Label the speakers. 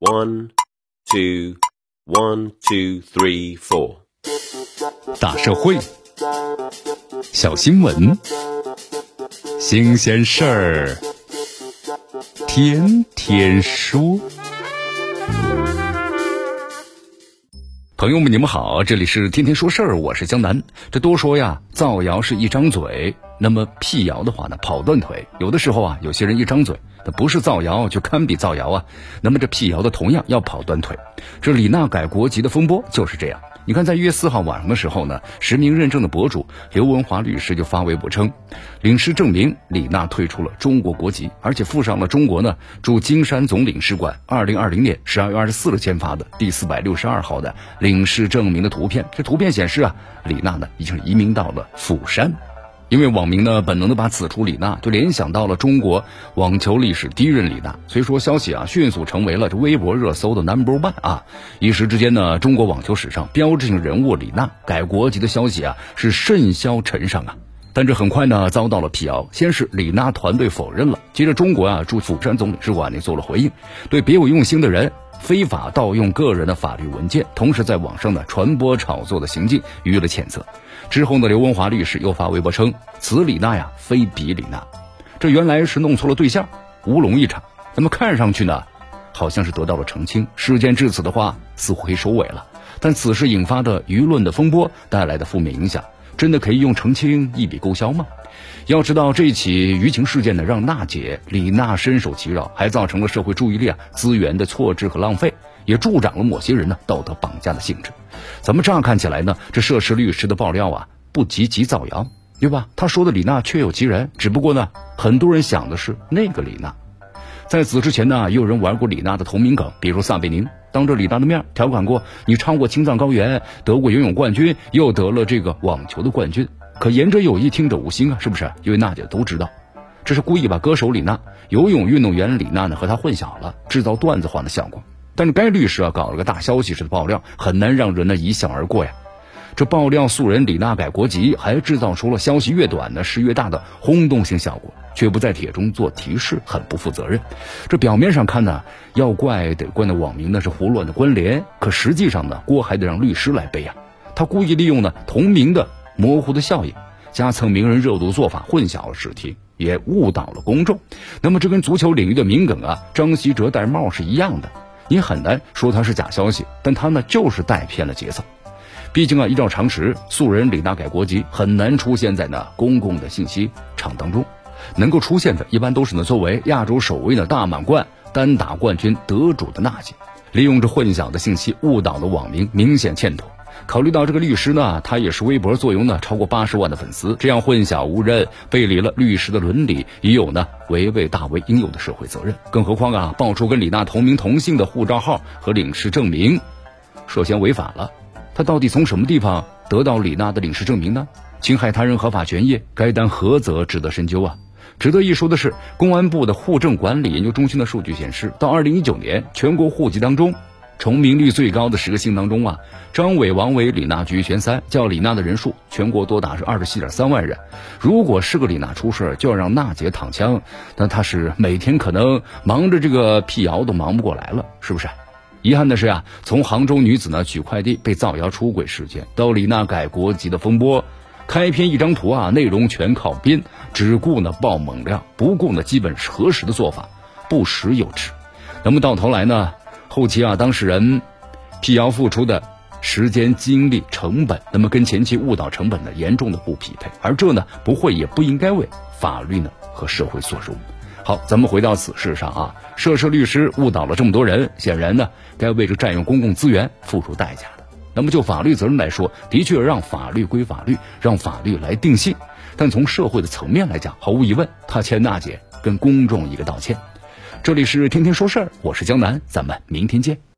Speaker 1: One, two, 1, 2, 3, 4。
Speaker 2: 大社会，小新闻，新鲜事儿，天天说。朋友们，你们好，这里是天天说事儿，我是江南。这多说呀，造谣是一张嘴，那么辟谣的话呢，跑断腿。有的时候啊，有些人一张嘴，那不是造谣就堪比造谣啊。那么这辟谣的同样要跑断腿。这李娜改国籍的风波就是这样。你看，在1月4号晚上的时候呢，实名认证的博主刘文华律师就发微博称，领事证明李娜退出了中国国籍，而且附上了中国呢驻金山总领事馆2020年12月24日签发的第462号的领事证明的图片。这图片显示啊，李娜呢已经移民到了釜山。因为网民呢本能的把此处李娜就联想到了中国网球历史第一人李娜，所以说消息啊迅速成为了这微博热搜的 No.1 啊。一时之间呢，中国网球史上标志性人物李娜改国籍的消息啊是甚嚣尘上啊。但这很快呢遭到了辟谣，先是李娜团队否认了，接着中国啊驻釜山总领事馆呢做了回应，对别有用心的人非法盗用个人的法律文件，同时在网上呢传播炒作的行径予以了谴责。之后呢，刘文华律师又发微博称，此李娜呀非彼李娜，这原来是弄错了对象，乌龙一场。那么看上去呢好像是得到了澄清，事件至此的话似乎可以收尾了。但此事引发的舆论的风波带来的负面影响，真的可以用澄清一笔勾销吗？要知道这起舆情事件呢，让娜姐李娜深受其扰，还造成了社会注意力资源的错置和浪费，也助长了某些人呢道德绑架的性质。咱们乍看起来呢，这涉事律师的爆料啊不积极造谣，对吧？他说的李娜确有其人，只不过呢很多人想的是那个李娜。在此之前呢，也有人玩过李娜的同名梗，比如撒贝宁当着李娜的面调侃过，你超过青藏高原，得过游泳冠军，又得了这个网球的冠军。可言者有意，听者无心啊，是不是？因为娜姐都知道，这是故意把歌手李娜、游泳运动员李娜呢和她混淆了，制造段子化的效果。但是该律师啊搞了个大消息式的爆料，很难让人呢一笑而过呀。这爆料素人李娜改国籍，还制造出了消息越短呢事越大的轰动性效果，却不在帖中做提示，很不负责任。这表面上看呢，要怪得怪的网民呢是胡乱的关联，可实际上呢锅还得让律师来背啊。他故意利用呢同名的模糊的效应，加蹭名人热度的做法，混淆了视听，也误导了公众。那么这跟足球领域的名梗啊张稀哲戴帽是一样的，你很难说他是假消息，但他呢就是带偏了节奏。毕竟啊，依照常识，素人李娜改国籍很难出现在呢公共的信息场当中，能够出现的一般都是呢作为亚洲首位的大满贯单打冠军得主的娜姐，利用着混淆的信息误导的网民明显欠妥。考虑到这个律师呢，他也是微博坐拥呢超过80万的粉丝，这样混淆无人，背离了律师的伦理，也有呢违背大为应有的社会责任。更何况啊，爆出跟李娜同名同姓的护照号和领事证明，涉嫌违法了。他到底从什么地方得到李娜的领事证明呢？侵害他人合法权益，该担何责，值得深究啊。值得一说的是，公安部的户政管理研究中心的数据显示，到2019年全国户籍当中，重名率最高的10个姓当中啊，张伟、王伟、李娜居前3，叫李娜的人数全国多达是27.3万人。如果是个李娜出事，就要让娜姐躺枪，那她是每天可能忙着这个辟谣都忙不过来了，是不是？遗憾的是啊，从杭州女子呢取快递被造谣出轨事件，到李娜改国籍的风波，开篇一张图啊，内容全靠编，只顾呢爆猛料，不顾呢基本核实的做法，不实有之。那么到头来呢，后期啊当事人辟谣付出的时间、精力、成本，那么跟前期误导成本呢严重的不匹配，而这呢不会也不应该为法律呢和社会所容。好，咱们回到此事上啊，涉事律师误导了这么多人，显然呢该为这占用公共资源付出代价的。那么就法律责任来说，的确让法律归法律，让法律来定性。但从社会的层面来讲，毫无疑问，他欠娜姐跟公众一个道歉。这里是天天说事儿，我是江南，咱们明天见。